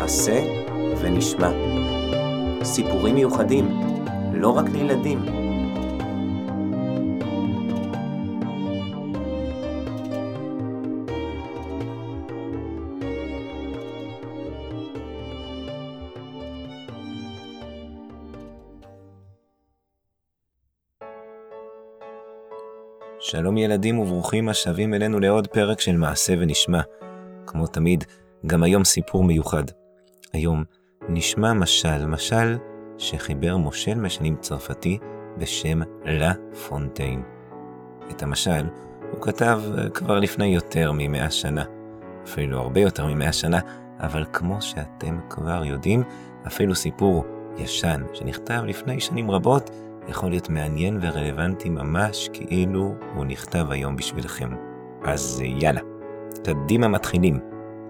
נעשה ונשמע. סיפורים מיוחדים, לא רק לילדים. שלום ילדים וברוכים השבים אלינו לעוד פרק של מעשה ונשמע. כמו תמיד, גם היום סיפור מיוחד. היום נשמע משל שחיבר מושל משנים צרפתי בשם לה פונטיין. את המשל הוא כתב כבר לפני יותר מ100 שנה, אפילו הרבה יותר מ100 שנה, אבל כמו שאתם כבר יודעים, אפילו סיפור ישן שנכתב לפני שנים רבות, יכול להיות מעניין ורלוונטי ממש כאילו הוא נכתב היום בשבילכם. אז יאללה, קדימה מתחילים.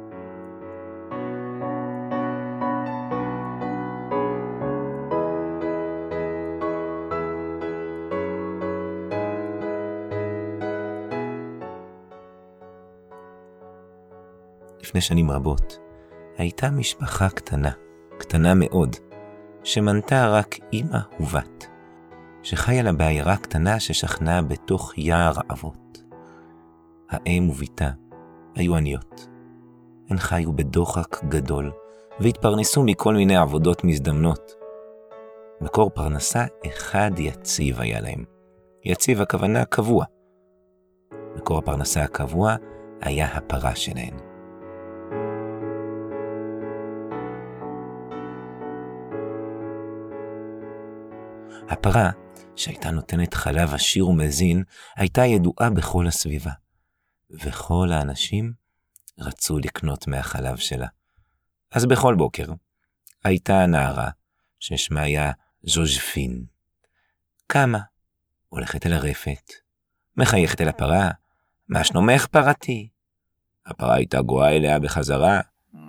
לפני שנים רבות, הייתה משפחה קטנה מאוד, שמנתה רק אמא ובת. שחיה לה בעיירה קטנה ששכנה בתוך יער אבות. האם וביתה היו עניות. הן חיו בדוחק גדול, והתפרנסו מכל מיני עבודות מזדמנות. מקור פרנסה אחד יציב היה להם. יציב הכוונה קבוע. מקור הפרנסה הקבוע היה הפרה שלהן. הפרה, שהייתה נותנת חלב עשיר ומזין, הייתה ידועה בכל הסביבה, וכל האנשים רצו לקנות מהחלב שלה. אז בכל בוקר הייתה נערה ששמה היה ז'וז'פין. קמה, הולכת אל הרפת, מחייכת אל הפרה, מה שלומך פרתי? הפרה הייתה גואה אליה בחזרה.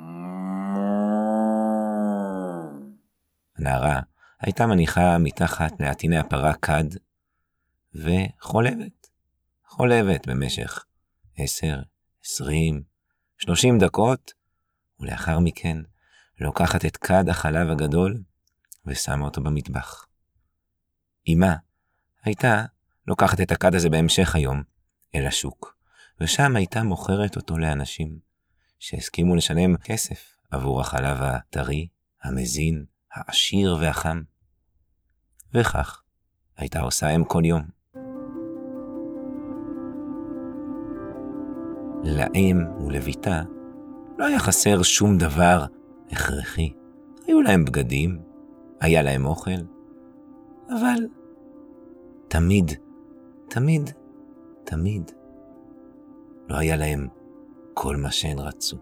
הנערה הייתה מניחה מתחת לעטיני הפרה כד, וחולבת במשך 10, 20, 30 דקות, ולאחר מכן לוקחת את כד החלב הגדול, ושמה אותו במטבח. אמא הייתה לוקחת את הכד הזה בהמשך היום אל השוק, ושם הייתה מוכרת אותו לאנשים, שהסכימו לשלם כסף עבור החלב הטרי, המזין, העשיר והחם. וכך הייתה עושה אם כל יום. לאם ולביתה לא היה חסר שום דבר הכרחי. היו להם בגדים, היה להם אוכל, אבל תמיד לא היה להם כל מה שהן רצו.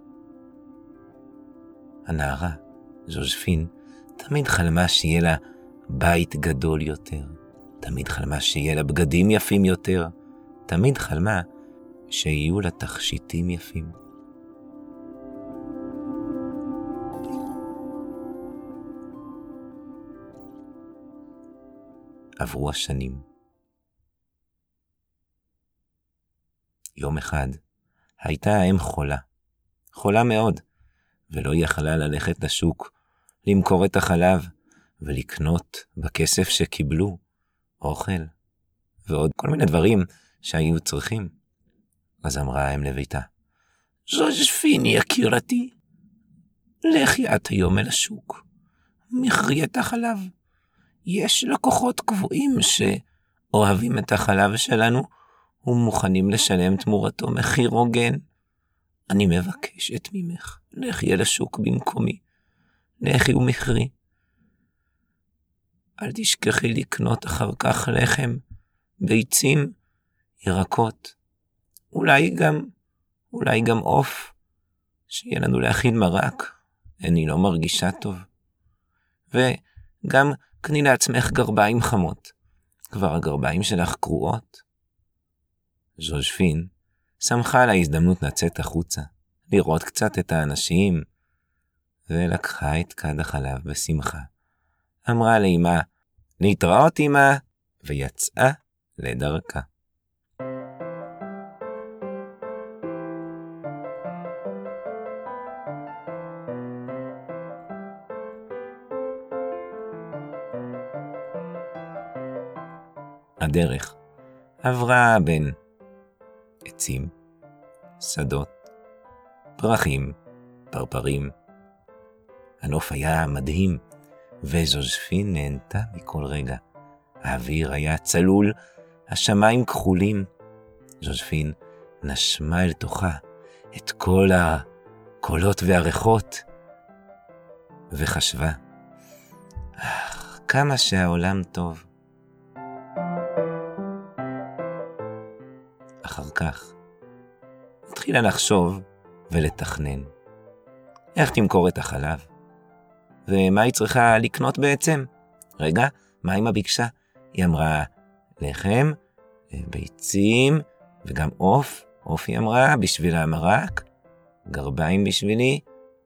הנערה, ז'וז'פין, תמיד חלמה שיהיה לה בית גדול יותר, תמיד חלמה שיהיה לה בגדים יפים יותר, תמיד חלמה שיהיו לה תכשיטים יפים. עברו השנים. יום אחד הייתה האם חולה מאוד, ולא יכלה ללכת לשוק, למכור את החלב ולקנות בכסף שקיבלו אוכל ועוד כל מיני דברים שהיו צריכים. אז אמרה האם לביתה, ז'וז'פין יקירתי, לכי את היום אל השוק, מכרי את החלב. יש לקוחות קבועים שאוהבים את החלב שלנו ומוכנים לשלם תמורתו מחיר הוגן. אני מבקשת ממך, לכי אל השוק במקומי, לכי ומכרי. אל תשכחי לקנות אחר כך לחם, ביצים, ירקות, אולי גם עוף, שיהיה לנו להכין מרק, אני לא מרגישה טוב. וגם קני לעצמך גרביים חמות, כבר הגרביים שלך קרועות. ז'וז'פין שמחה על ההזדמנות לצאת החוצה, לראות קצת את האנשים, ולקחה את כד החלב בשמחה. אמרה לאמא, להתראות אמא, ויצאה לדרכה. הדרך עברה בין עצים, שדות, פרחים, פרפרים. הנוף היה מדהים, וז'וז'פין נהנתה מכל רגע. האוויר היה צלול, השמיים כחולים. ז'וז'פין נשמה אל תוכה את כל הקולות והריחות, וחשבה, כמה שהעולם טוב. אחר כך התחילה לחשוב ולתכנן. איך תמכור את החלב? ומה היא צריכה לקנות בעצם? רגע, מה אמא ביקשה? היא אמרה לחם, ביצים וגם עוף. עוף היא אמרה בשביל המרק, גרביים בשבילי.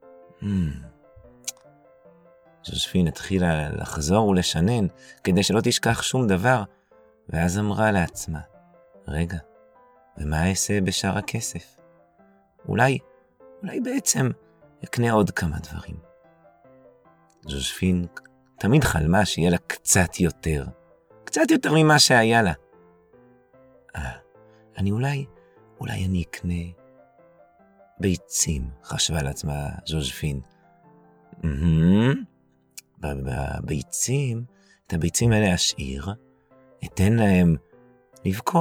ז'וז'פין התחילה לחזור ולשנן כדי שלא תשכח שום דבר, ואז אמרה לעצמה, רגע, ומה אעשה בשאר הכסף? אולי בעצם אקנה עוד כמה דברים. ז'וז'פין תמיד חלמה שיהיה לה קצת יותר ממה שהיה לה. אולי אני אקנה ביצים, חשבה לעצמה ז'וז'פין. את הביצים האלה אשאיר, אתן להם לבקוע,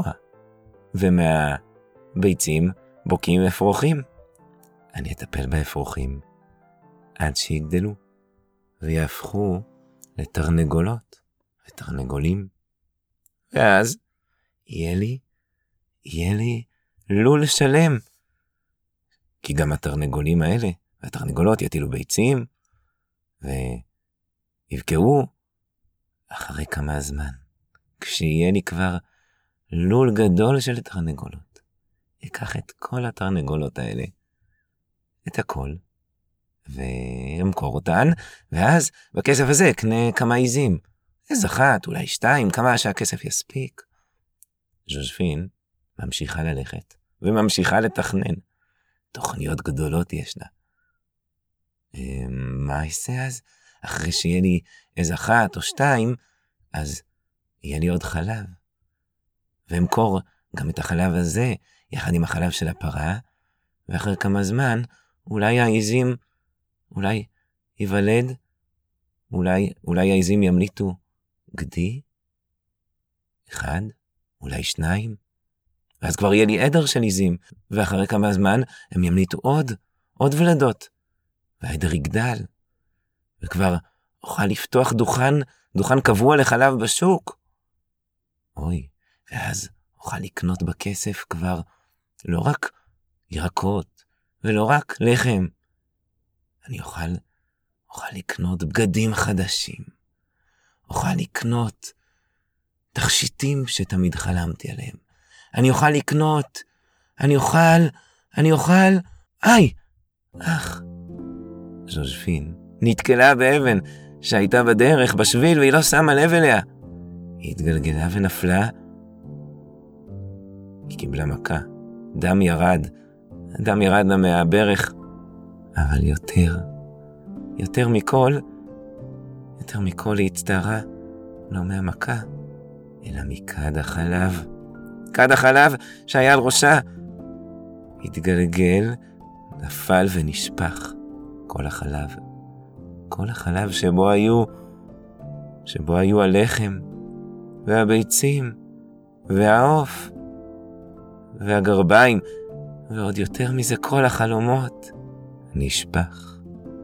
ומהביצים בוקעים אפרוחים. אני אטפל באפרוחים עד שיגדלו, ויהפכו לתרנגולות ותרנגולים. ואז יהיה לי לול שלם. כי גם התרנגולים האלה, והתרנגולות יטילו ביצים, ויבקעו אחרי כמה זמן. כשיהיה לי כבר לול גדול של תרנגולות, אקח את כל התרנגולות האלה, את הכל, ואמכור אותן, ואז בכסף הזה אקנה כמה עיזים. איזה אחת, אולי 2, כמה שהכסף יספיק. ז'וז'פין ממשיכה ללכת, וממשיכה לתכנן. תוכניות גדולות יש לה. מה אעשה אז? אחרי שיהיה לי איזה 1 או 2, אז יהיה לי עוד חלב. ואמכור גם את החלב הזה, יחד עם החלב של הפרה, ואחרי כמה זמן, אולי העיזים, אולי ייוולד, אולי העיזים ימליטו גדי, 1, אולי 2, ואז כבר יהיה לי עדר של עיזים, ואחרי כמה זמן הם ימליטו עוד ולדות, והעדר יגדל, וכבר אוכל לפתוח דוכן קבוע לחלב בשוק. ואז אוכל לקנות בכסף כבר לא רק ירקות, ולא רק לחם. אני אוכל לקנות בגדים חדשים. אוכל לקנות תכשיטים שתמיד חלמתי עליהם. אני אוכל, ז'וז'פין נתקלה באבן שהייתה בדרך, בשביל, והיא לא שמה לב אליה. היא התגלגלה ונפלה. היא קיבלה מכה. דם ירד לה מהברך. אבל יותר מכל היא הצטערה, לא מהמכה, אלא מכד החלב. כד החלב שהיה על ראשה. התגלגל, נפל ונשפך. כל החלב שבו היו הלחם, והביצים, והעוף, והגרביים, ועוד יותר מזה כל החלומות, נשפך.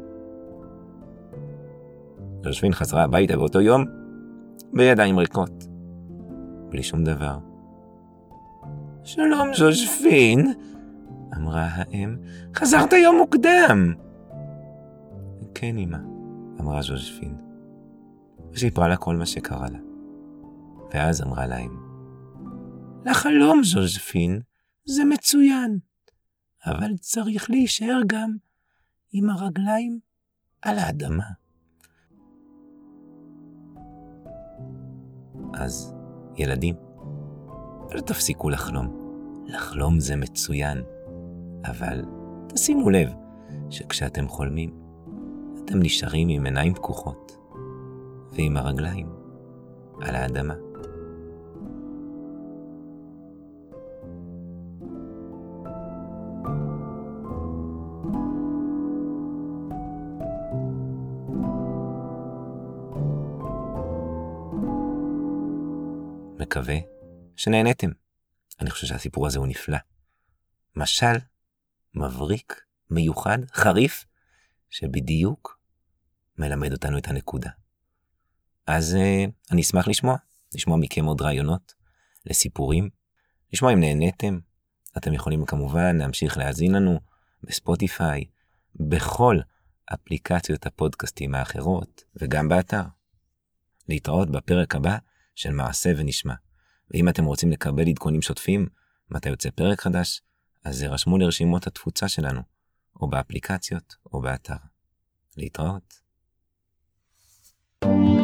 ז'וז'פין חזרה הביתה באותו יום, בידיים ריקות, בלי שום דבר. שלום ז'וז'פין, אמרה האם, חזרת יום מוקדם. כן אמא, אמרה ז'וז'פין, וסיפרה לה כל מה שקרה לה. ואז אמרה להם, לחלום ז'וז'פין זה מצוין, אבל צריך להישאר גם עם הרגליים על האדמה. אז ילדים, אל תפסיקו לחלום זה מצוין, אבל תשימו לב שכשאתם חולמים, אתם נשארים עם עיניים פקוחות ועם הרגליים על האדמה. מקווה שנהנתם. אני חושב שהסיפור הזה הוא נפלא. משל מבריק, מיוחד, חריף, שבדיוק מלמד אותנו את הנקודה. אז אני אשמח לשמוע מכם עוד רעיונות לסיפורים, לשמוע אם נהניתם. אתם יכולים כמובן להמשיך להאזין לנו בספוטיפיי, בכל אפליקציות הפודקאסטים האחרות, וגם באתר. להתראות בפרק הבא של מעשה ונשמע. ואם אתם רוצים לקבל עדכונים שוטפים, מתי יוצא פרק חדש, אז רשמו לרשימות התפוצה שלנו, או באפליקציות, או באתר. להתראות.